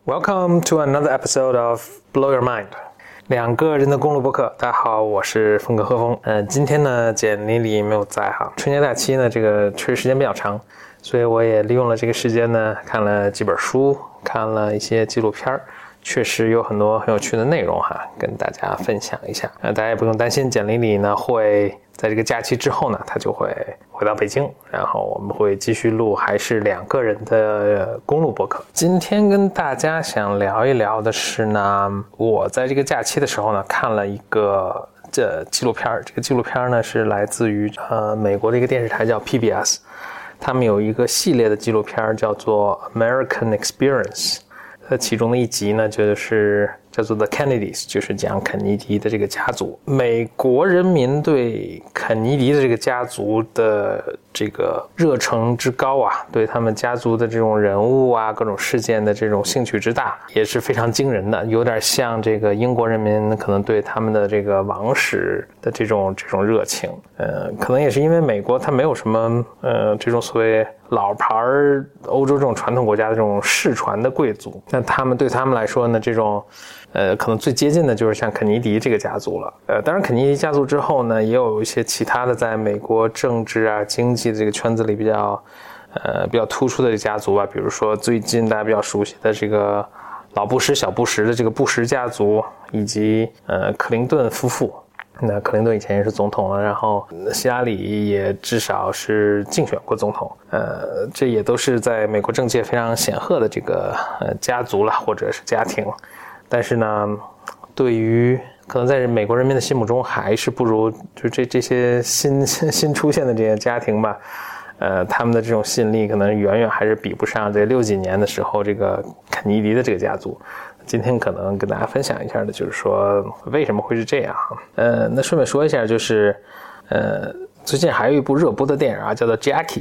Welcome to another episode of Blow Your Mind， 两个人的公路播客。大家好，我是峰哥何峰。今天呢，简历里没有在哈。春节假期呢，这个确实时间比较长，所以我也利用了这个时间呢，看了几本书，看了一些纪录片，确实有很多很有趣的内容哈，跟大家分享一下。大家也不用担心，简历里呢会在这个假期之后呢，他就会回到北京，然后我们会继续录还是两个人的公路播客。今天跟大家想聊一聊的是呢，我在这个假期的时候呢，看了一个纪录片。这个纪录片呢是来自于美国的一个电视台叫 PBS， 他们有一个系列的纪录片叫做 American Experience。其中的一集呢，就是叫做 The Kennedys， 就是讲肯尼迪的这个家族。美国人民对肯尼迪的这个家族的这个热诚之高啊，对他们家族的这种人物啊，各种事件的这种兴趣之大，也是非常惊人的，有点像这个英国人民可能对他们的这个王室的这种热情。可能也是因为美国它没有什么这种所谓老牌欧洲这种传统国家的这种世传的贵族，那对他们来说呢，这种可能最接近的就是像肯尼迪这个家族了。当然肯尼迪家族之后呢，也有一些其他的在美国政治啊经济的这个圈子里比较突出的这个家族吧，比如说最近大家比较熟悉的这个老布什小布什的这个布什家族，以及克林顿夫妇。那克林顿以前也是总统了，然后希拉里也至少是竞选过总统，这也都是在美国政界非常显赫的这个家族了，或者是家庭。但是呢，对于可能在美国人民的心目中，还是不如就这些新出现的这些家庭吧，他们的这种吸引力可能远远还是比不上这60几年的时候这个肯尼迪的这个家族。今天可能跟大家分享一下的就是说为什么会是这样。那顺便说一下，就是最近还有一部热播的电影啊，叫做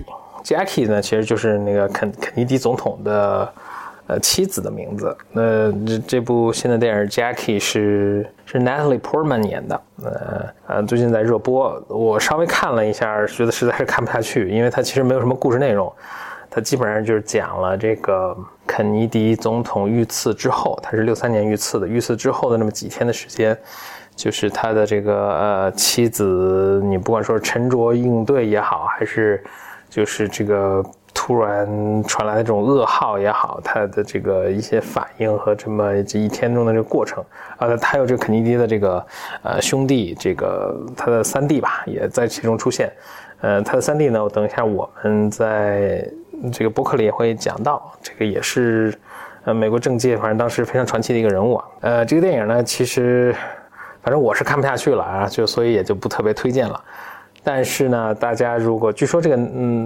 Jackie 呢，其实就是那个肯尼迪总统的妻子的名字。这部新的电影 Jackie 是 Natalie Portman 演的。最近在热播，我稍微看了一下，觉得实在是看不下去，因为它其实没有什么故事内容。他基本上就是讲了这个肯尼迪总统遇刺之后，他是63年遇刺的，遇刺之后的那么几天的时间，就是他的这个妻子，你不管说是沉着应对也好，还是就是这个突然传来的这种噩耗也好，他的这个一些反应和这么这一天中的这个过程还有这个肯尼迪的这个兄弟，这个他的三弟吧，也在其中出现。他的三弟呢，我等一下我们在这个播客里也会讲到，这个也是美国政界反正当时非常传奇的一个人物啊。这个电影呢，其实反正我是看不下去了啊，所以也就不特别推荐了。但是呢，大家如果据说这个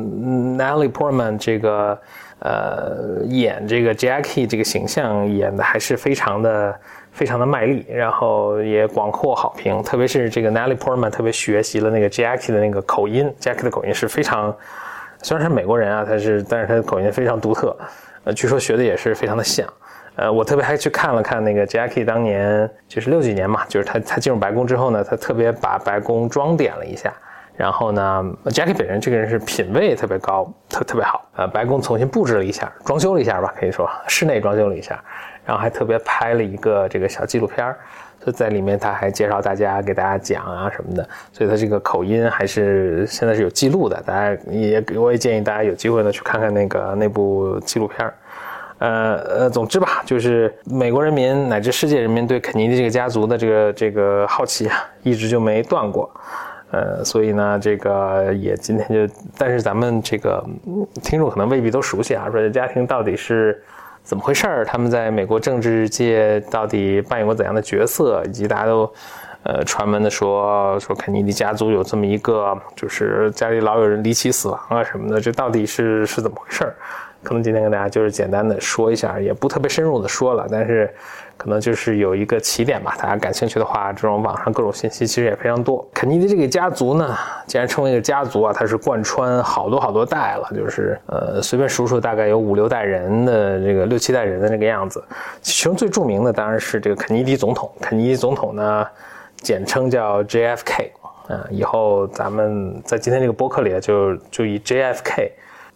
Natalie Portman 这个演这个 Jackie 这个形象演的还是非常的卖力，然后也广获好评。特别是这个 Natalie Portman 特别学习了那个 Jackie 的那个口音 ，Jackie 的口音是非常，虽然是美国人啊，但是他的口音非常独特。据说学的也是非常的像。我特别还去看了看那个 Jackie 当年就是60几年嘛，就是他进入白宫之后呢，他特别把白宫装点了一下。然后呢 Jackie 本人这个人是品味特别高，特别好。白宫重新布置了一下，装修了一下吧，可以说室内装修了一下，然后还特别拍了一个这个小纪录片，所以在里面他还介绍大家，给大家讲啊什么的，所以他这个口音还是现在是有记录的。我也建议大家有机会呢去看看那部纪录片。总之吧，就是美国人民乃至世界人民对肯尼迪这个家族的这个好奇啊，一直就没断过。所以呢，这个也今天但是咱们这个听众可能未必都熟悉啊，说这家庭到底是怎么回事，他们在美国政治界到底扮演过怎样的角色，以及大家都传闻的说肯尼迪家族有这么一个，就是家里老有人离奇死亡啊什么的，这到底是怎么回事？可能今天跟大家就是简单的说一下，也不特别深入的说了，但是可能就是有一个起点吧，大家感兴趣的话，这种网上各种信息其实也非常多。肯尼迪这个家族呢，既然称为一个家族啊，它是贯穿好多代了，就是随便数数大概有5、6代人的这个6、7代人的这个样子。其中最著名的当然是这个肯尼迪总统。肯尼迪总统呢，简称叫 JFK。以后咱们在今天这个播客里就以 JFK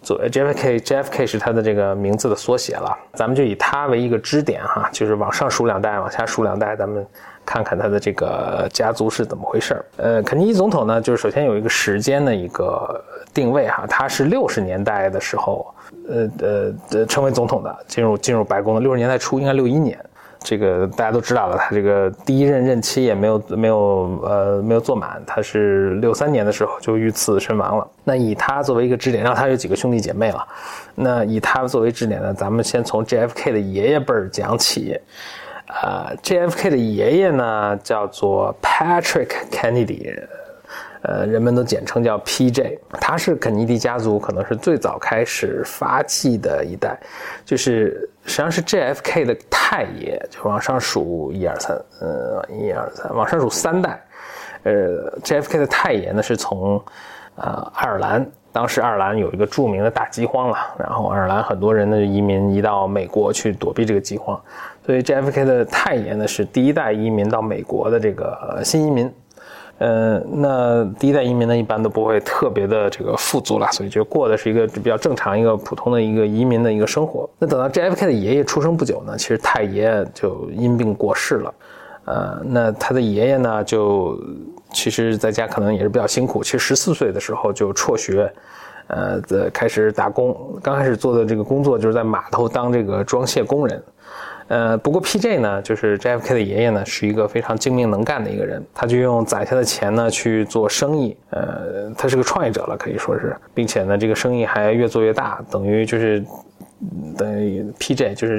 JFK 是他的这个名字的缩写了，咱们就以他为一个支点哈，就是往上数2代，往下数2代，咱们看看他的这个家族是怎么回事。肯尼迪总统呢，就是首先有一个时间的一个定位哈，他是60年代的时候，成为总统的，进入白宫的60年代初，应该61年。这个大家都知道了，他这个第一任任期也没有做满，他是63年的时候就遇刺身亡了。那以他作为一个支点，然后他有几个兄弟姐妹了。那以他作为支点呢，咱们先从 JFK 的爷爷辈儿讲起。JFK 的爷爷呢叫做 Patrick Kennedy，人们都简称叫 PJ， 他是肯尼迪家族可能是最早开始发迹的一代，就是实际上是 JFK 的太爷，就往上数1、2、3，往上数3代。JFK 的太爷呢是从爱尔兰，当时爱尔兰有一个著名的大饥荒了，然后爱尔兰很多人呢移到美国去躲避这个饥荒，所以 JFK 的太爷呢是第1代移民到美国的这个新移民。那第1代移民呢一般都不会特别的这个富足了，所以就过的是一个比较正常一个普通的一个移民的一个生活。那等到 JFK 的爷爷出生不久呢，其实太爷就因病过世了。那他的爷爷呢就其实在家可能也是比较辛苦，其实14岁的时候就辍学，开始打工，刚开始做的这个工作就是在码头当这个装卸工人。不过 PJ 呢，就是 JFK 的爷爷呢，是一个非常精明能干的一个人，他就用攒下的钱呢去做生意，他是个创业者了，可以说是，并且呢，这个生意还越做越大，等于 PJ 就是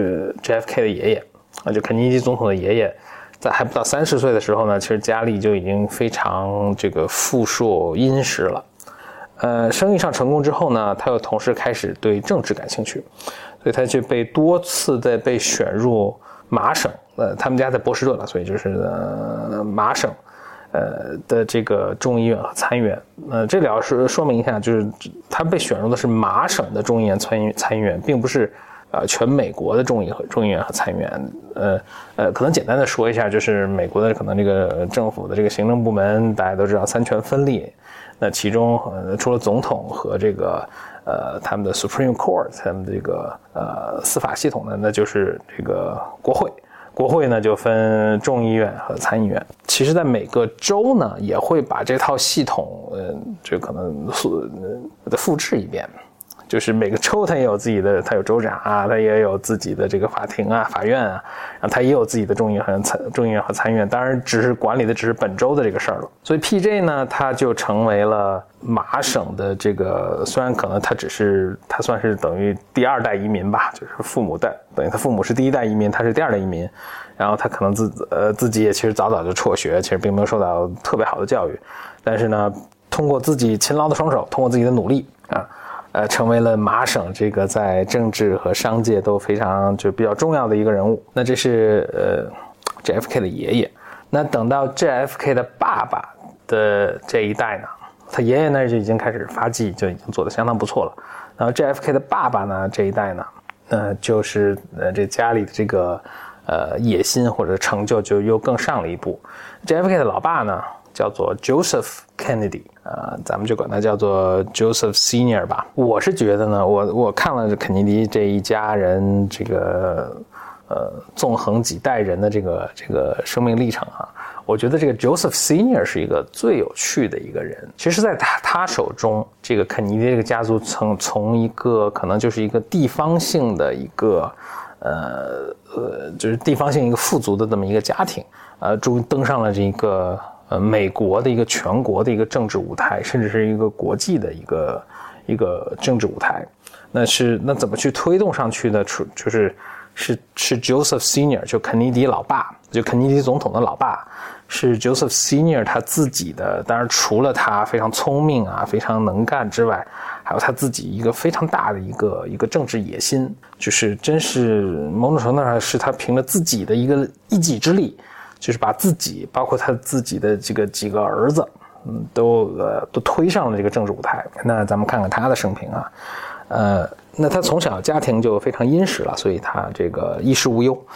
JFK 的爷爷就肯尼迪总统的爷爷，在还不到30岁的时候呢，其实家里就已经非常这个富庶殷实了。生意上成功之后呢，他又同时开始对政治感兴趣。所以他就多次的被选入麻省，他们家在波士顿了，所以就是麻省的这个众议院和参议院。这里要说明一下，就是他被选入的是麻省的众议院参议院，并不是全美国的众议院和参议院。可能简单的说一下，就是美国的可能这个政府的这个行政部门大家都知道三权分立，那其中除了总统和这个他们的 Supreme Court， 他们的这个司法系统呢，那就是这个国会。国会呢就分众议院和参议院。其实在每个州呢也会把这套系统就可能复制一遍。就是每个州它也有自己的，它有州长啊，它也有自己的这个法庭啊、法院啊，然后它也有自己的众议院和参议院，当然只是管理的只是本州的这个事儿了。所以 PJ 呢，他就成为了麻省的这个，虽然可能他算是等于第2代移民吧，就是等于他父母是第1代移民，他是第2代移民，然后他可能自己也其实早就辍学，其实并没有受到特别好的教育，但是呢，通过自己勤劳的双手，通过自己的努力成为了麻省这个在政治和商界都非常就比较重要的一个人物。那这是JFK 的爷爷。那等到 JFK 的爸爸的这一代呢，他爷爷那就已经开始发迹，就已经做得相当不错了。然后 JFK 的爸爸呢这一代呢，就是这家里的这个野心或者成就就又更上了一步。JFK 的老爸呢叫做 Joseph Kennedy， 咱们就管他叫做 Joseph Senior 吧。我是觉得呢，我看了肯尼迪这一家人这个纵横几代人的这个生命历程我觉得这个 Joseph Senior 是一个最有趣的一个人。其实在他手中，这个肯尼迪这个家族从一个可能就是一个地方性的一个就是地方性一个富足的这么一个家庭，终于登上了这个美国的一个全国的一个政治舞台，甚至是一个国际的一个政治舞台。那怎么去推动上去的？是 Joseph Senior， 就肯尼迪老爸，就肯尼迪总统的老爸，是 Joseph Senior 他自己的。当然，除了他非常聪明非常能干之外，还有他自己一个非常大的一个政治野心，就是真是某种程度上是他凭着自己的一己之力。就是把自己包括他自己的这个几个儿子都推上了这个政治舞台。那咱们看看他的生平那他从小家庭就非常殷实了，所以他这个衣食无忧，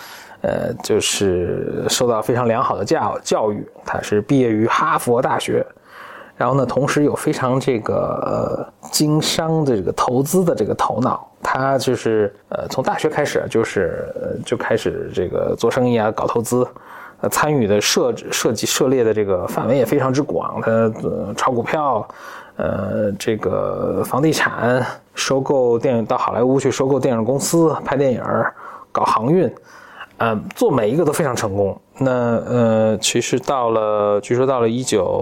就是受到非常良好的教育。他是毕业于哈佛大学， 然后呢，同时有非常这个经商的这个投资的这个头脑。他就是从大学开始就开始这个做生意啊，搞投资，参与的涉猎的这个范围也非常之广。他炒股票，这个房地产，收购电影，到好莱坞去收购电影公司拍电影，搞航运，做每一个都非常成功。那其实据说到了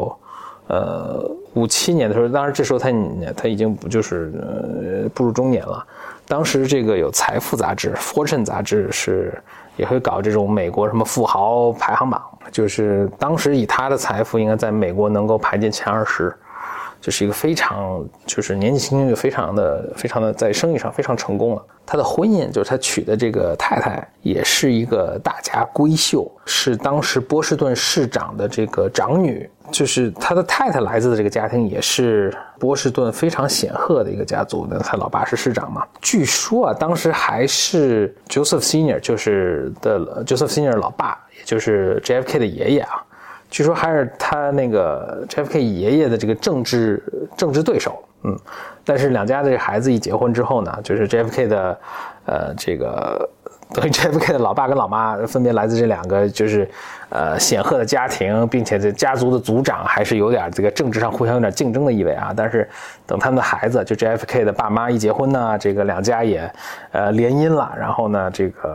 1957年的时候，当然这时候他已经不就是步入中年了。当时这个有财富杂志 Fortune 杂志也会搞这种美国什么富豪排行榜，就是当时以他的财富应该在美国能够排进前20，就是一个非常就是年纪轻轻就非常的在生意上非常成功了。他的婚姻就是他娶的这个太太也是一个大家闺秀，是当时波士顿市长的这个长女，就是他的太太来自的这个家庭也是波士顿非常显赫的一个家族的，他老爸是市长嘛。据说啊，当时还是 Joseph Senior Joseph Senior 老爸，也就是 JFK 的爷爷啊。据说还是他那个 JFK 爷爷的这个政治对手，但是两家的孩子一结婚之后呢，就是 JFK 的这个等于 JFK 的老爸跟老妈分别来自这两个就是显赫的家庭，并且这家族的族长还是有点这个政治上互相有点竞争的意味啊。但是等他们的孩子就 JFK 的爸妈一结婚呢，这个两家也联姻了，然后呢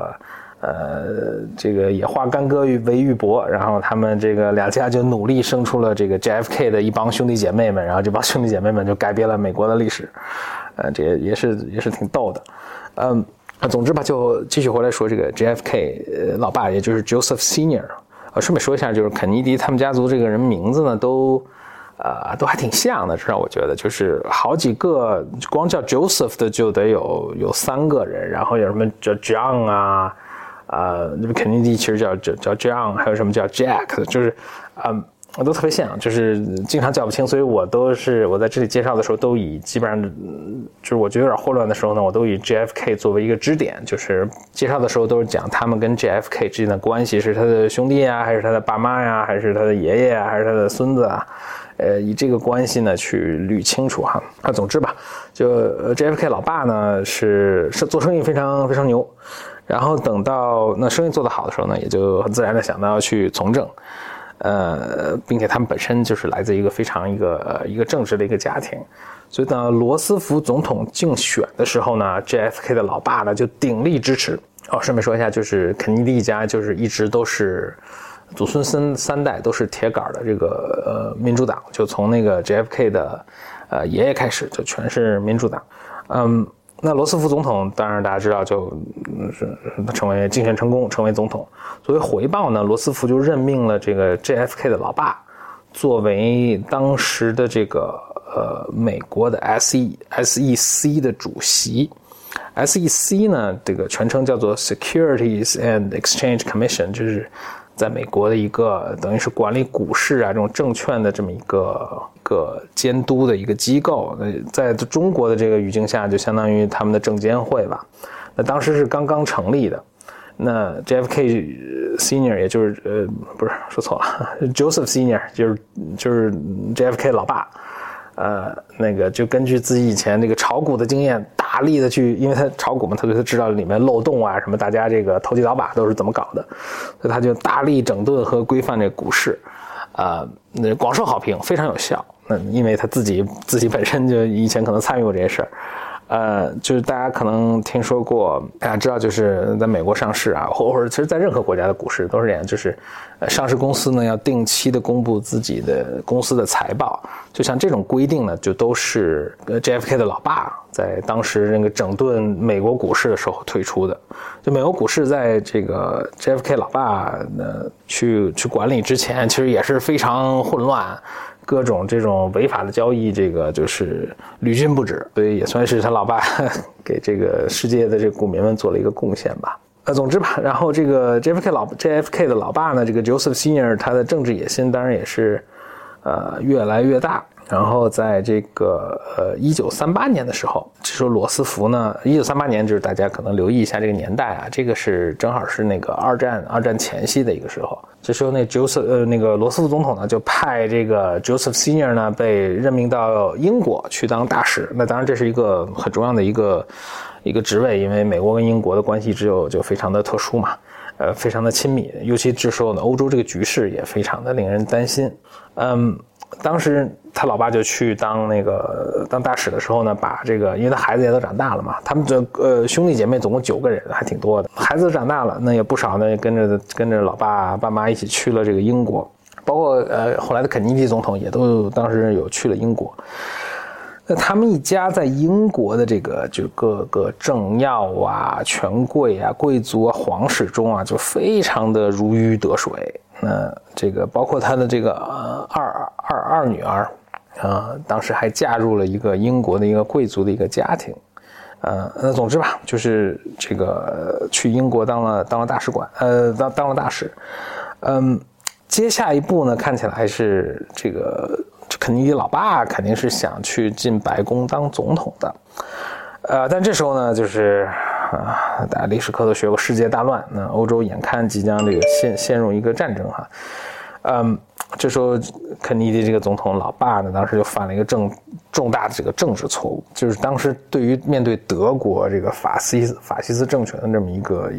这个也化干戈为玉帛，然后他们这个两家就努力生出了这个 JFK 的一帮兄弟姐妹们，然后这帮兄弟姐妹们就改变了美国的历史，这也是挺逗的，总之吧，就继续回来说这个 JFK 老爸，也就是 Joseph Senior， 顺便说一下，就是肯尼迪他们家族这个人名字呢都还挺像的，至少我觉得就是好几个，光叫 Joseph 的就得有3个人，然后有什么叫 John 啊。肯尼迪其实叫 John， 还有什么叫 Jack， 就是都特别像，就是经常叫不清，所以我在这里介绍的时候都以基本上就是我觉得有点混乱的时候呢，我都以 JFK 作为一个支点，就是介绍的时候都是讲他们跟 JFK 之间的关系，是他的兄弟啊，还是他的爸妈呀，还是他的爷爷啊，还是他的孙子啊，以这个关系呢去捋清楚哈。总之吧，就JFK 老爸呢是做生意非常非常牛。然后等到那生意做得好的时候呢，也就很自然的想到要去从政，并且他们本身就是来自一个非常一个政治的一个家庭，所以等罗斯福总统竞选的时候呢 ，JFK 的老爸呢就鼎力支持。顺便说一下，就是肯尼迪一家就是一直都是祖孙三代都是铁杆的这个民主党，就从那个 JFK 的爷爷开始就全是民主党，那罗斯福总统当然大家知道就是竞选成功成为总统，作为回报呢，罗斯福就任命了这个 JFK 的老爸作为当时的这个美国的 SEC 的主席。SEC 呢这个全称叫做 Securities and Exchange Commission， 就是在美国的一个等于是管理股市啊这种证券的这么一个监督的一个机构，在中国的这个语境下就相当于他们的证监会吧。那当时是刚刚成立的。那 JFK Senior 也就是不是说错了 Joseph Senior 就是 JFK 老爸，那个就根据自己以前这个炒股的经验，大力的去，因为他炒股嘛，他知道里面漏洞啊什么，大家这个投机倒把都是怎么搞的，所以他就大力整顿和规范这个股市，广受好评，非常有效。因为他自己本身就以前可能参与过这些事儿，就是大家可能听说过，大家知道就是在美国上市啊，或者其实在任何国家的股市都是这样，就是上市公司呢要定期的公布自己的公司的财报，就像这种规定呢，就都是JFK 的老爸在当时那个整顿美国股市的时候推出的。就美国股市在这个 JFK 老爸呢去管理之前，其实也是非常混乱。各种这种违法的交易，这个就是屡禁不止，所以也算是他老爸给这个世界的这个股民们做了一个贡献吧。总之吧，然后这个 JFK 的老爸呢，这个 Joseph Senior 他的政治野心当然也是越来越大。 然后在这个1938年的时候，这时候罗斯福呢，1938年就是大家可能留意一下这个年代啊，这个是正好是那个二战前夕的一个时候。这时候那个罗斯福总统呢就派这个 Joseph Senior 呢被任命到英国去当大使。那当然这是一个很重要的一个职位，因为美国跟英国的关系就非常的特殊嘛，非常的亲密，尤其这时候呢欧洲这个局势也非常的令人担心。当时他老爸就去当大使的时候呢，把这个，因为他孩子也都长大了嘛，他们这兄弟姐妹总共9个人，还挺多的，孩子都长大了，那也不少呢，跟着老爸爸妈一起去了这个英国，包括后来的肯尼迪总统也都当时有去了英国。那他们一家在英国的这个就各个政要啊、权贵啊、贵族啊、皇室中啊，就非常的如鱼得水。那这个包括他的这个二女儿，当时还嫁入了一个英国的一个贵族的一个家庭。那总之吧，就是这个去英国当了大使馆，当了大使。接下一步呢，看起来是这个肯尼迪老爸肯定是想去进白宫当总统的。但这时候呢，就是大家历史课都学过世界大乱，那欧洲眼看即将这个陷入一个战争哈。这时候肯尼迪这个总统老爸呢，当时就犯了一个重大的这个政治错误，就是当时面对德国这个法西斯政权的这么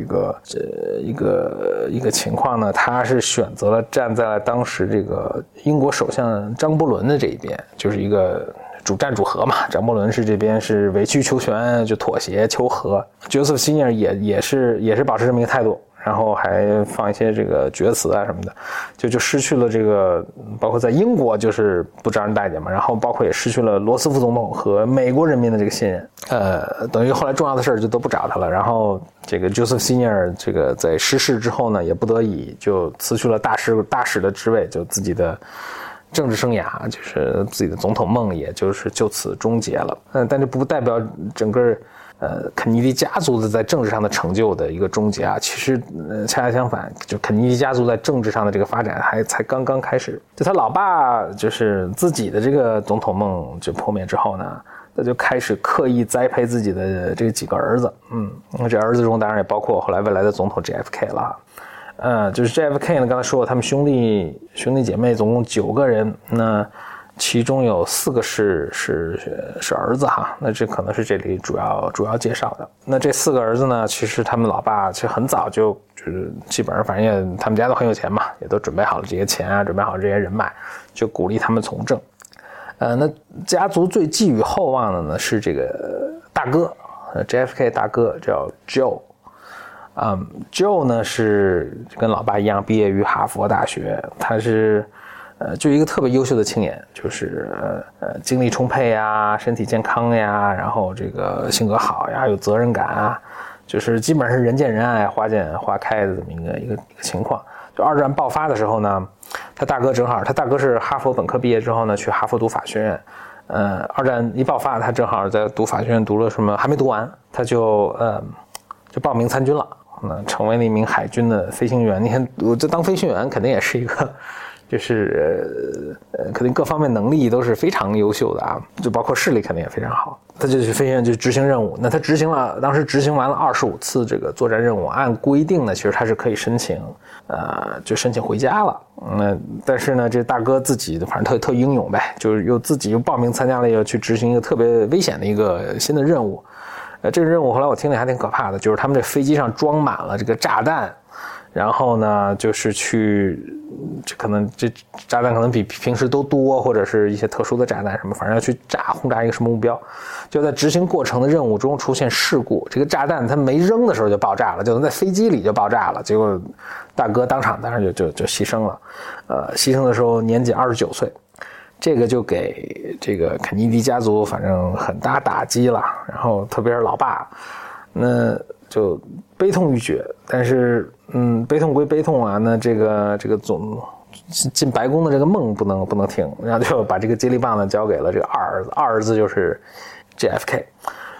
一个情况呢，他是选择了站在了当时这个英国首相张伯伦的这一边，就是一个主战主和嘛。张伯伦是这边是委曲求全，就妥协求和。Joseph Senior 也是保持这么一个态度。然后还放一些这个厥词啊什么的，就失去了这个，包括在英国就是不招人待见嘛，然后包括也失去了罗斯福总统和美国人民的这个信任，等于后来重要的事就都不找他了。然后这个 Joseph Senior 这个在失势之后呢，也不得已就辞去了大使的职位，就自己的政治生涯，就是自己的总统梦，也就是就此终结了。但这不代表整个肯尼迪家族的在政治上的成就的一个终结啊，其实恰恰相反，就肯尼迪家族在政治上的这个发展才刚刚开始。就他老爸就是自己的这个总统梦就破灭之后呢，他就开始刻意栽培自己的这几个儿子。这儿子中当然也包括后来未来的总统 JFK 了。就是 JFK 呢，刚才说过他们兄弟姐妹总共9个人，那其中有4个是儿子哈，那这可能是这里主要介绍的。那这4个儿子呢，其实他们老爸其实很早就是基本上反正他们家都很有钱嘛，也都准备好了这些钱啊，准备好了这些人脉，就鼓励他们从政。那家族最寄予厚望的呢是这个大哥，JFK 大哥叫 Joe。Joe 呢是跟老爸一样毕业于哈佛大学，他是就一个特别优秀的青年，就是精力充沛呀，身体健康呀，然后这个性格好呀，有责任感啊，就是基本上是人见人爱，花见花开的这么一个情况。就二战爆发的时候呢，他大哥是哈佛本科毕业之后呢，去哈佛读法学院。二战一爆发，他正好在读法学院读了什么还没读完，他就报名参军了，成为了一名海军的飞行员。你看，我这当飞行员肯定也是一个。就是肯定各方面能力都是非常优秀的啊，就包括视力肯定也非常好。他就去飞行员就执行任务，那他当时执行完了25次这个作战任务，按规定呢，其实他是可以申请回家了。但是呢，这大哥自己反正特英勇呗，就是自己又报名参加了，要去执行一个特别危险的一个新的任务。这个任务后来我听了还挺可怕的，就是他们这飞机上装满了这个炸弹。然后呢，就是可能这炸弹可能比平时都多，或者是一些特殊的炸弹什么，反正要去轰炸一个什么目标。就在执行过程的任务中出现事故，这个炸弹它没扔的时候就爆炸了，就能在飞机里就爆炸了。结果大哥当场当然就牺牲了，牺牲的时候年仅29岁，这个就给这个肯尼迪家族反正很大打击了。然后特别是老爸，那就悲痛欲绝。但是悲痛归悲痛啊，那这个总进白宫的这个梦不能停，然后就把这个接力棒呢交给了这个二儿子就是 JFK。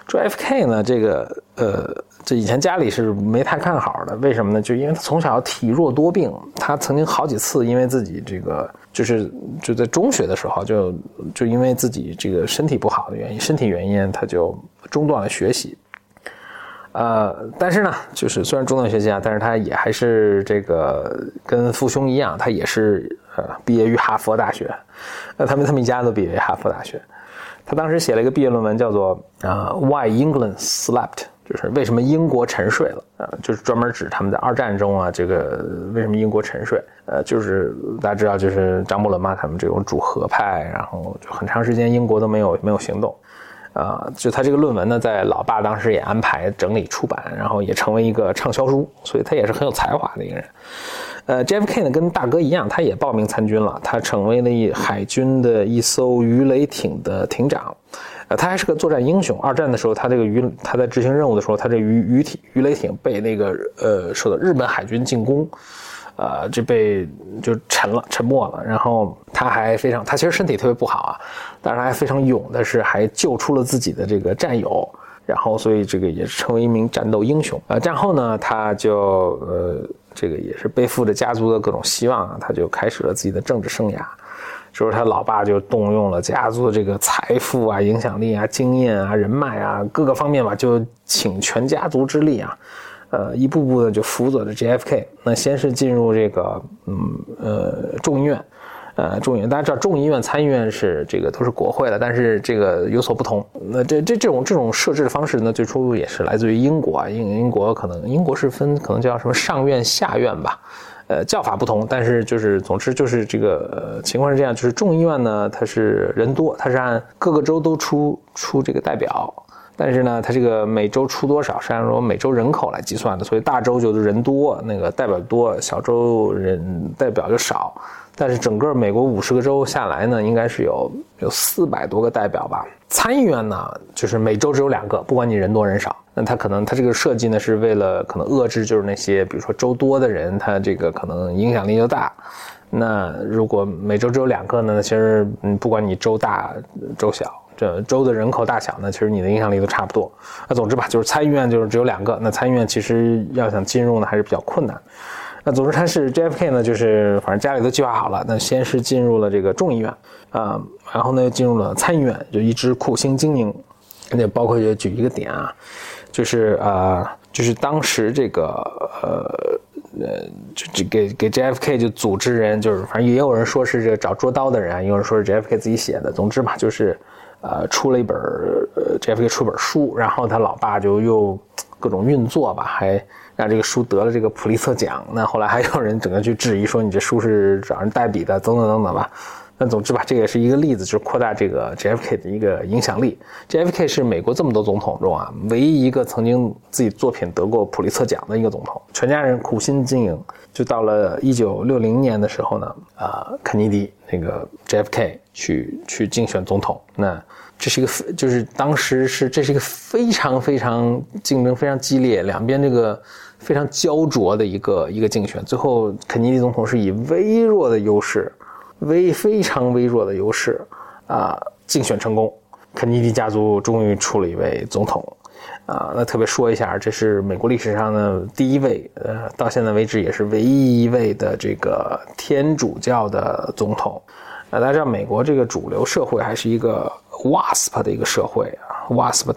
JFK 呢，这以前家里是没太看好的，为什么呢？就因为他从小体弱多病，他曾经好几次因为自己这个就在中学的时候就因为自己这个身体不好的原因，身体原因他就中断了学习。但是呢，就是虽然中断学习啊，但是他也还是这个跟父兄一样，他也是毕业于哈佛大学。他们一家都毕业于哈佛大学。他当时写了一个毕业论文，叫做Why England Slept， 就是为什么英国沉睡了，就是专门指他们在二战中啊，这个为什么英国沉睡，就是大家知道，就是张伯伦嘛，他们这种主和派，然后就很长时间英国都没有行动，就他这个论文呢，在老爸当时也安排整理出版，然后也成为一个畅销书，所以他也是很有才华的一个人。JFK 呢跟大哥一样，他也报名参军了，他成为了海军的一艘鱼雷艇的艇长。他还是个作战英雄。二战的时候，他在执行任务的时候，他这鱼雷艇被那个受到日本海军进攻，这被就沉没了。然后他其实身体特别不好啊，但是他还非常勇的是还救出了自己的这个战友，然后所以这个也成为一名战斗英雄。战后呢，他就这个也是背负着家族的各种希望啊，他就开始了自己的政治生涯。就是他老爸就动用了家族的这个财富啊、影响力啊、经验啊、人脉啊各个方面吧，就倾全家族之力啊，一步步的就辅佐着 JFK。那先是进入这个众议院，众议院大家知道众议院、参议院是这个都是国会的，但是这个有所不同。那这种设置的方式呢，最初也是来自于英国啊，英国是分可能叫什么上院下院吧。叫法不同，但是总之就是这个情况是这样，就是众议院呢，它是人多，它是按各个州都出这个代表，但是呢，它这个每州出多少是按照每州人口来计算的，所以大州就是人多，那个代表多，小州人代表就少。但是整个美国50个州下来呢，应该是有400多个代表吧。参议院呢，就是每州只有2个，不管你人多人少。那它这个设计呢，是为了可能遏制就是那些比如说州多的人，他这个可能影响力就大。那如果每州只有2个呢，其实不管你州大州小，这州的人口大小呢，其实你的影响力都差不多。那总之吧，就是参议院就是只有2个，那参议院其实要想进入呢，还是比较困难。那总之他是 JFK 呢，就是反正家里都计划好了，那先是进入了这个众议院然后呢又进入了参议院，就一直苦心经营。那包括就举一个点啊，就是当时这个就给 JFK 就组织人，就是反正也有人说是这个找捉刀的人，也有人说是 JFK 自己写的。总之吧，就是出了一本JFK 出一本书，然后他老爸就又各种运作吧，还让这个书得了这个普利策奖。那后来还有人整个去质疑说你这书是找人代笔的，等等等等吧。那总之吧，这个也是一个例子，就是扩大这个 JFK 的一个影响力。JFK 是美国这么多总统中啊，唯一一个曾经自己作品得过普利策奖的一个总统。全家人苦心经营，就到了1960年的时候呢，肯尼迪那个 JFK 去竞选总统。那这是一个就是当时这是一个非常非常竞争非常激烈，两边这个非常焦灼的一个竞选。最后肯尼迪总统是以微弱的优势。非常微弱的优势竞选成功，肯尼迪家族终于出了一位总统那特别说一下，这是美国历史上的第一位到现在为止也是唯一一位的这个天主教的总统。大家知道美国这个主流社会还是一个 WASP 的一个社会WASP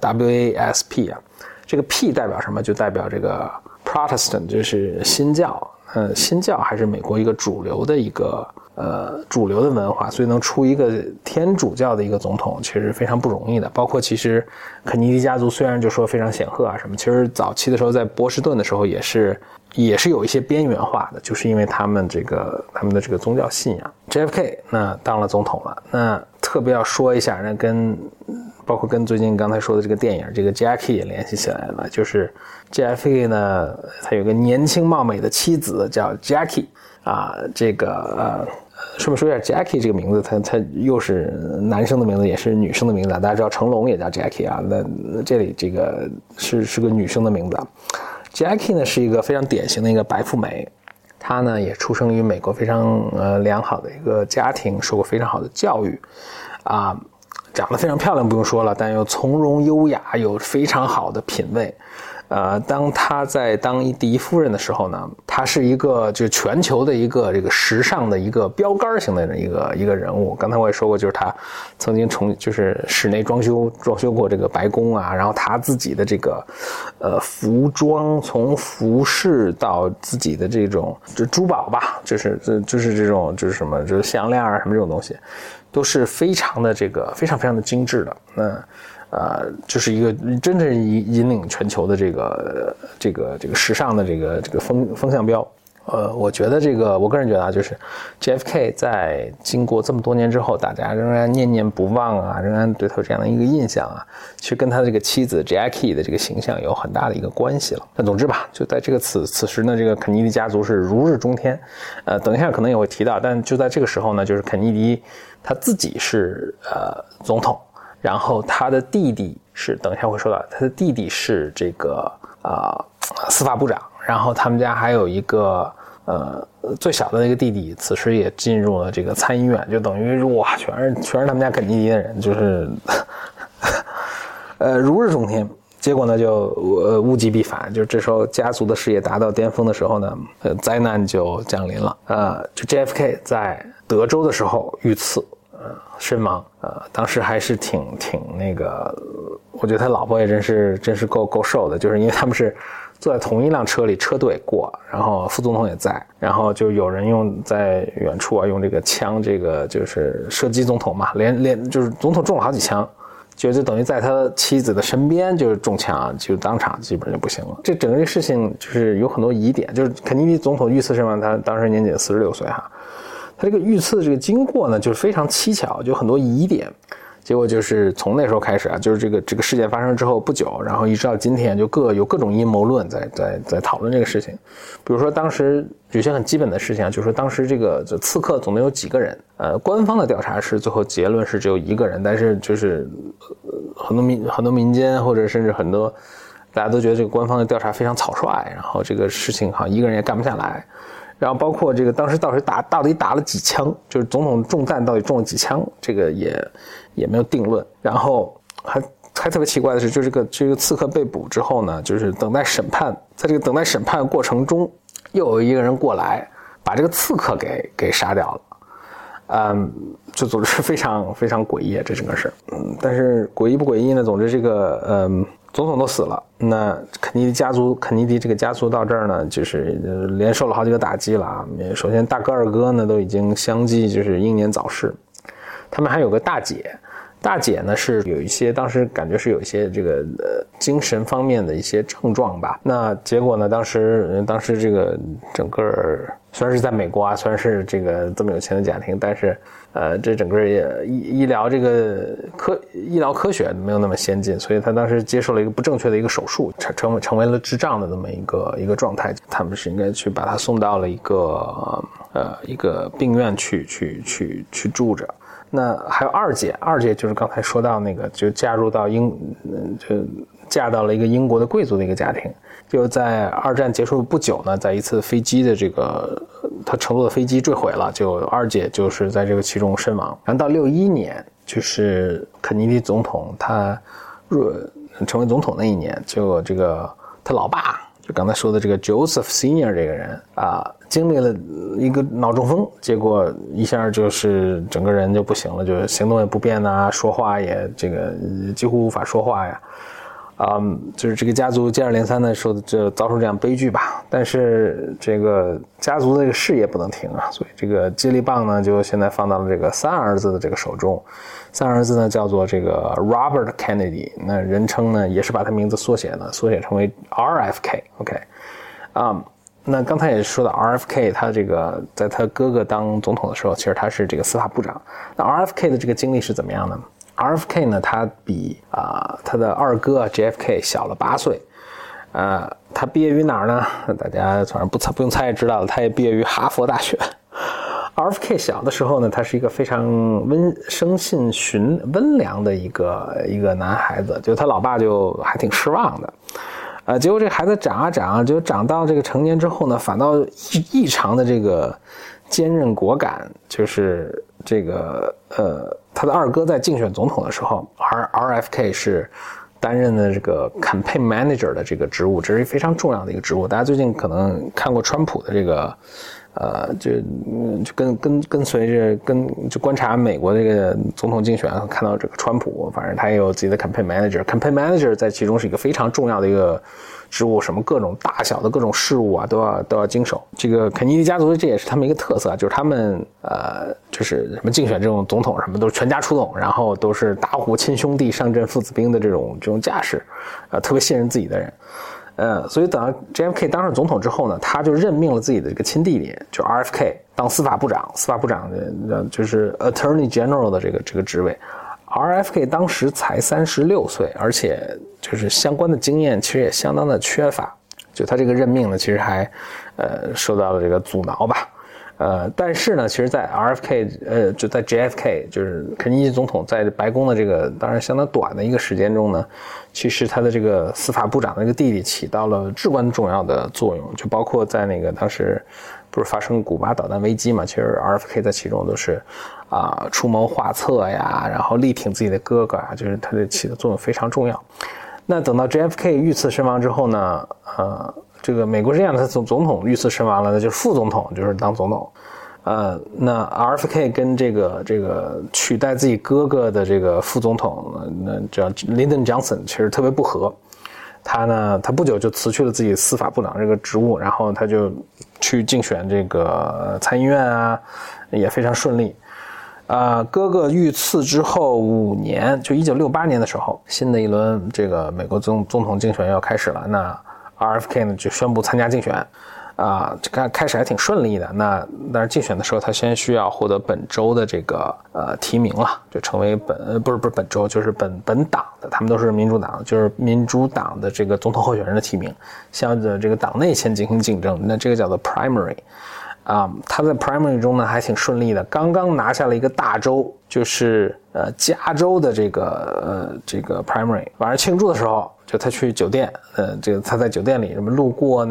WASP 这个 P 代表什么？就代表这个 Protestant， 就是新教。新教还是美国一个主流的文化，所以能出一个天主教的一个总统其实非常不容易的。包括其实肯尼迪家族虽然就说非常显赫什么，其实早期的时候在波士顿的时候也是有一些边缘化的，就是因为他们的这个宗教信仰。JFK 那当了总统了，那特别要说一下，那包括跟最近刚才说的这个电影这个 Jackie 也联系起来了，就是 JFK 呢，他有个年轻貌美的妻子叫 Jackie 这个顺便说一下 Jackie 这个名字，他又是男生的名字也是女生的名字，大家知道成龙也叫 Jackie 那这里这个是个女生的名字。Jackie 呢是一个非常典型的一个白富美，她呢也出生于美国非常良好的一个家庭，受过非常好的教育长得非常漂亮不用说了，但又从容优雅，有非常好的品味。当他在当第一夫人的时候呢，他是一个就是全球的一个这个时尚的一个标杆型的一个人物。刚才我也说过，就是他曾经就是室内装修过这个白宫啊，然后他自己的这个服装，从服饰到自己的这种珠宝吧，就是这种就是什么就是项链啊什么这种东西，都是非常的这个非常非常的精致的。就是一个真正引领全球的这个时尚的这个风向标。我觉得我个人觉得啊，就是 JFK 在经过这么多年之后，大家仍然念念不忘啊，仍然对他有这样的一个印象啊，其实跟他这个妻子 Jackie 的这个形象有很大的一个关系了。那总之吧，就在这个此时呢，这个肯尼迪家族是如日中天。等一下可能也会提到，但就在这个时候呢，就是肯尼迪他自己是总统。然后他的弟弟是，等一下会说到，他的弟弟是这个司法部长，然后他们家还有一个最小的那个弟弟，此时也进入了这个参议院，就等于哇，全是他们家肯尼迪的人，就是如日中天。结果呢，就物极必反，就这时候家族的事业达到巅峰的时候呢，灾难就降临了。就 JFK 在德州的时候遇刺。身亡，当时还是挺那个，我觉得他老婆也真是够受的，就是因为他们是坐在同一辆车队过，然后副总统也在，然后就有人在远处啊用这个枪，这个就是射击总统嘛，就是总统中了好几枪，就等于在他妻子的身边就是中枪，就当场基本上就不行了。这整个事情就是有很多疑点，就是肯尼迪总统遇刺身亡，他当时年仅46岁哈。他这个遇刺的这个经过呢，就是非常蹊跷，就很多疑点。结果就是从那时候开始啊，就是这个事件发生之后不久，然后一直到今天，就有各种阴谋论在讨论这个事情。比如说当时有些很基本的事情啊，就是说当时这刺客总共有几个人？官方的调查是最后结论是只有一个人，但是就是很多民间或者甚至很多大家都觉得这个官方的调查非常草率，然后这个事情好像一个人也干不下来。然后包括这个当时到底打了几枪，就是总统中弹到底中了几枪，这个也没有定论。然后还特别奇怪的是，就这个刺客被捕之后呢，就是等待审判，在这个等待审判过程中，又有一个人过来把这个刺客给杀掉了。就总之非常非常诡异这整个事。但是诡异不诡异呢？总之这个总统都死了，那肯尼迪这个家族到这儿呢，就是连受了好几个打击了啊。首先大哥二哥呢都已经相继就是英年早逝，他们还有个大姐呢是有一些当时感觉是有一些这个精神方面的一些症状吧。那结果呢，当时这个整个虽然是在美国啊，虽然是这个这么有钱的家庭，但是这整个医疗科学没有那么先进，所以他当时接受了一个不正确的一个手术，成为了智障的这么一个状态。他们是应该去把他送到了一个病院去住着。那还有二姐就是刚才说到那个，就嫁到了一个英国的贵族的一个家庭。就在二战结束不久呢，在一次飞机的这个他乘坐的飞机坠毁了，就二姐就是在这个其中身亡。然后到61年，就是肯尼迪总统他成为总统那一年，就这个他老爸就刚才说的这个 Joseph Senior 这个人啊，经历了一个脑中风，结果一下就是整个人就不行了，就是行动也不便啊，说话也这个几乎无法说话呀。就是这个家族接二连三的就遭受这样悲剧吧。但是这个家族的这个事业不能停啊，所以这个接力棒呢就现在放到了这个三儿子的这个手中。三儿子呢叫做这个 Robert Kennedy， 那人称呢也是把他名字缩写成为 RFK。OK， 那刚才也说到 RFK， 他这个在他哥哥当总统的时候，其实他是这个司法部长。那 RFK 的这个经历是怎么样呢？RFK 呢，他比他的二哥 JFK 小了8岁，他毕业于哪儿呢？大家反正不用猜也知道了，他也毕业于哈佛大学。RFK 小的时候呢，他是一个非常生性温良的一个男孩子，就他老爸就还挺失望的。 结果这个孩子长啊长，就长到这个成年之后呢，反倒异常的这个坚韧果敢，就是这个他的二哥在竞选总统的时候 ，RFK 是担任的这个 campaign manager 的这个职务，这是非常重要的一个职务。大家最近可能看过川普的这个就跟随着就观察美国这个总统竞选，看到这个川普，反正他也有自己的 campaign manager。campaign manager 在其中是一个非常重要的一个职务，什么各种大小的各种事务啊，都要经手。这个肯尼迪家族这也是他们一个特色，就是他们就是什么竞选这种总统什么都是全家出动，然后都是打虎亲兄弟上阵父子兵的这种架势，特别信任自己的人。所以等到 JFK 当上总统之后呢，他就任命了自己的一个亲弟弟，就 RFK 当司法部长。司法部长就是 Attorney General 的这个职位。RFK 当时才36岁，而且就是相关的经验其实也相当的缺乏。就他这个任命呢，其实还受到了这个阻挠吧。但是呢，其实在 RFK 就在 JFK 就是肯尼迪总统在白宫的这个当然相当短的一个时间中呢，其实他的这个司法部长的这个弟弟起到了至关重要的作用，就包括在那个当时不是发生古巴导弹危机嘛，其实 RFK 在其中都是出谋划策呀，然后力挺自己的哥哥啊，就是他这起的作用非常重要。那等到 JFK 遇刺身亡之后呢，这个美国是这样的，他总统遇刺身亡了，那就是副总统就是当总统。那 RFK 跟这个取代自己哥哥的这个副总统，那叫 Lyndon Johnson 其实特别不合。他不久就辞去了自己司法部长这个职务，然后他就去竞选这个参议院啊，也非常顺利。哥哥遇刺之后5年，就1968年的时候，新的一轮这个美国总统竞选要开始了。那RFK 呢就宣布参加竞选，开始还挺顺利的。但是竞选的时候，他先需要获得本州的这个提名了，就成为不是本州，就是本党的，他们都是民主党，就是民主党的这个总统候选人的提名，向着这个党内先进行竞争，那这个叫做 primary。他在 primary 中呢还挺顺利的，刚刚拿下了一个大州，就是加州的这个 primary。晚上庆祝的时候，就他去酒店，这个他在酒店里什么路过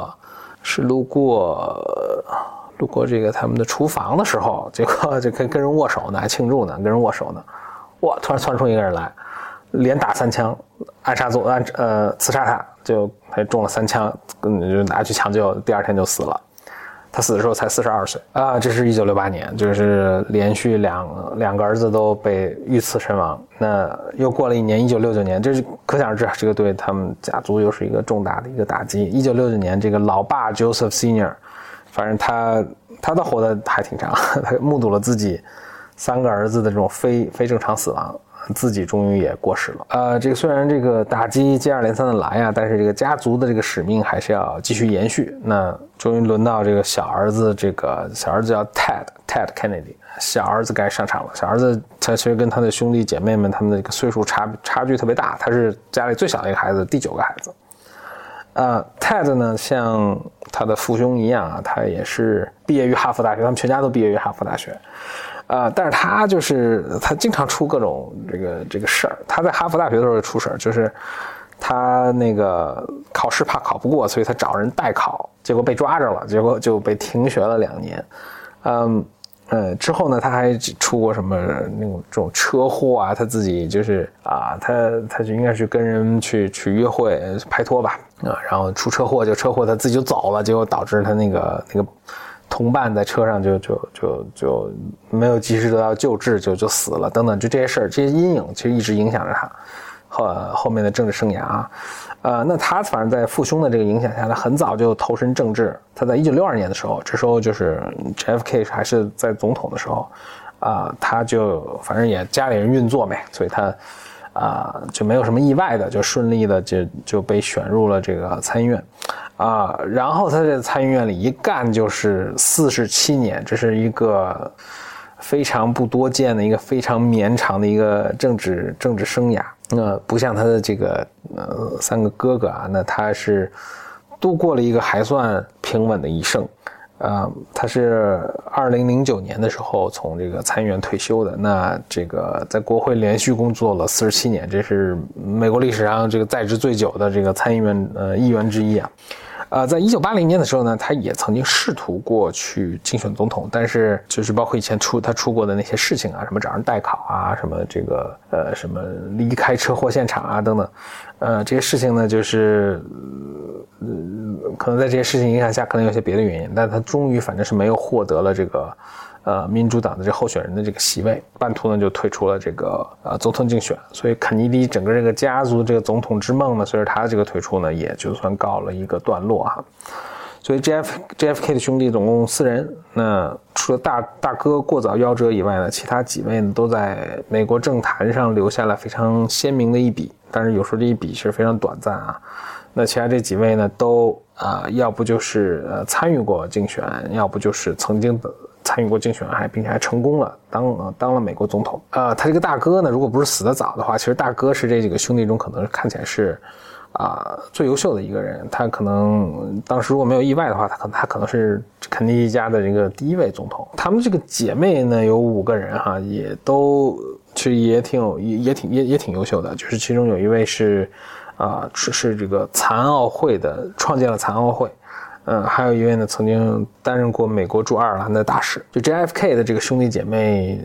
这个他们的厨房的时候，结果就跟人握手呢，还庆祝呢，跟人握手呢，哇！突然窜出一个人来，连打3枪，刺杀他，他中了3枪，就拿去抢救，第2天就死了。他死的时候才42岁这是1968年，就是连续两个儿子都被遇刺身亡。那又过了1年，1969年，这是可想而知，这个对他们家族又是一个重大的一个打击。1969年，这个老爸 Joseph Senior， 反正他倒活得还挺长，他目睹了自己3个儿子的这种非正常死亡。自己终于也过世了。这个虽然这个打击接二连三的来啊，但是这个家族的这个使命还是要继续延续。那终于轮到这个小儿子叫 Ted Kennedy， 小儿子该上场了。小儿子他其实跟他的兄弟姐妹们，他们的这个岁数差距特别大，他是家里最小的一个孩子，第9个孩子。Ted 呢，像他的父兄一样啊，他也是毕业于哈佛大学，他们全家都毕业于哈佛大学。但是他经常出各种这个事儿。他在哈佛大学的时候出事儿，就是他那个考试怕考不过，所以他找人代考，结果被抓着了，结果就被停学了2年。之后呢，他还出过什么这种车祸啊，他自己就是他就应该是跟人去约会拍拖吧，然后出车祸，他自己就走了，结果导致他那个同伴在车上就没有及时得到救治，就死了等等，就这些事儿，这些阴影其实一直影响着他后面的政治生涯那他反正在父兄的这个影响下，他很早就投身政治。他在1962年的时候，这时候就是 JFK 还是在总统的时候他就反正也家里人运作呗，所以他就没有什么意外的，就顺利的就被选入了这个参议院然后他在参议院里一干就是47年，这是一个非常不多见的一个非常绵长的一个政治生涯。不像他的这个3个哥哥那他是度过了一个还算平稳的一生。 他是2009年的时候从这个参议员退休的，那这个在国会连续工作了47年，这是美国历史上这个在职最久的这个参议员议员之一啊。在1980年的时候呢，他也曾经试图过去竞选总统，但是就是包括以前他出过的那些事情啊，什么找人代考啊，什么这个什么离开车祸现场啊等等，这些事情呢，就是可能在这些事情影响下，可能有些别的原因，但他终于反正是没有获得了这个民主党的这候选人的这个席位，半途呢就退出了这个总统竞选，所以肯尼迪整个这个家族这个总统之梦呢，随着他的这个退出呢，也就算告了一个段落哈。所以 JFK 的兄弟总共4人，那除了大哥过早夭折以外呢，其他几位呢都在美国政坛上留下了非常鲜明的一笔，但是有时候这一笔是非常短暂啊。那其他这几位呢都要不就是参与过竞选，要不就是曾经参与过竞选，并且还成功了当了美国总统。他这个大哥呢，如果不是死得早的话，其实大哥是这几个兄弟中可能看起来是最优秀的一个人。他可能当时如果没有意外的话，他可能是肯尼迪家的这个第1位总统。他们这个姐妹呢有5个人哈，也都其实也挺优秀的，就是其中有一位是是这个残奥会的，创建了残奥会。还有一位呢，曾经担任过美国驻爱尔兰的大使。就 JFK 的这个兄弟姐妹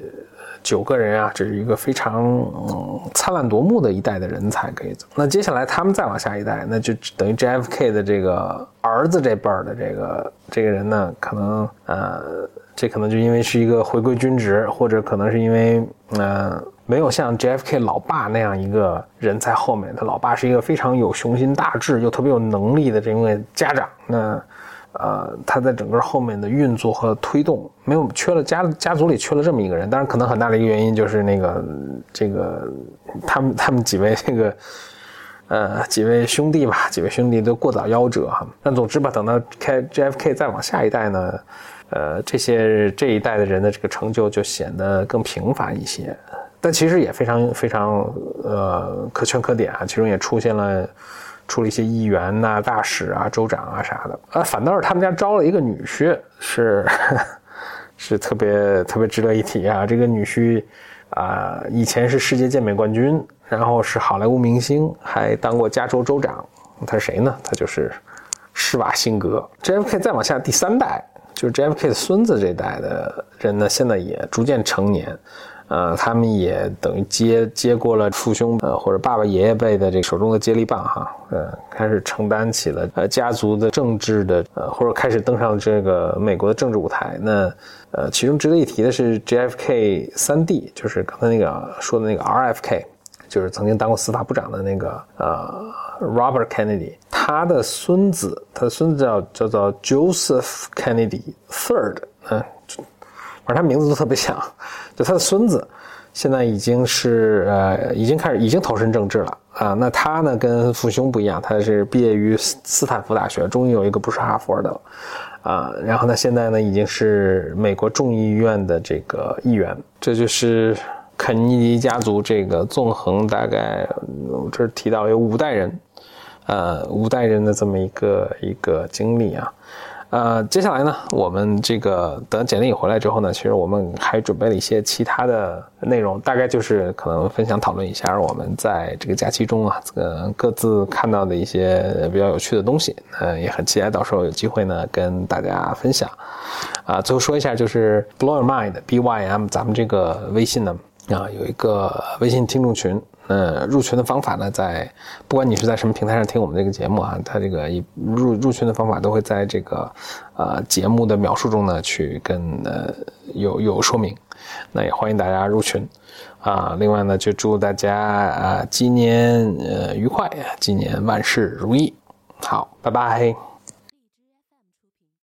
9个人啊，这是一个非常灿烂夺目的一代的人才可以走。那接下来他们再往下一代，那就等于 JFK 的这个儿子这辈儿的这个人呢，可能这可能就因为是一个回归军职，或者可能是因为没有像 JFK 老爸那样一个人在后面，他老爸是一个非常有雄心大志又特别有能力的这位家长，那他在整个后面的运作和推动没有缺了家族里缺了这么一个人。当然可能很大的一个原因就是这个他们几位几位兄弟都过早夭折哈。但总之吧，等到 JFK 再往下一代呢，这一代的人的这个成就就显得更平凡一些，但其实也非常非常可圈可点啊，其中也出了一些议员啊、大使啊、州长啊啥的。反倒是他们家招了一个女婿，是特别值得一提啊。这个女婿以前是世界健美冠军，然后是好莱坞明星，还当过加州州长。他是谁呢？他就是施瓦辛格。JFK 再往下第3代，就是 JFK 的孙子这代的人呢，现在也逐渐成年。他们也等于接过了父兄或者爸爸爷爷辈的这个手中的接力棒哈，开始承担起了家族的政治的或者开始登上这个美国的政治舞台。那其中值得一提的是 JFK 3弟，就是刚才那个说的那个 RFK， 就是曾经当过司法部长的那个Robert Kennedy， 他的孙子叫做 Joseph Kennedy III， 反正他名字都特别像。就他的孙子现在已经投身政治了啊。那他呢跟父兄不一样，他是毕业于斯坦福大学，终于有一个不是哈佛的了啊。然后呢现在呢已经是美国众议院的这个议员。这就是肯尼迪家族这个纵横大概我这提到有5代人的这么一个经历啊。接下来呢，我们这个等简历回来之后呢，其实我们还准备了一些其他的内容，大概就是可能分享讨论一下我们在这个假期中各自看到的一些比较有趣的东西，也很期待到时候有机会呢跟大家分享。最后说一下，就是 Blow Your Mind BYM 咱们这个微信呢有一个微信听众群。入群的方法呢，不管你是在什么平台上听我们这个节目啊，它这个入群的方法都会在这个节目的描述中呢去跟有说明。那也欢迎大家入群另外呢，就祝大家鸡年愉快，鸡年万事如意。好，拜拜。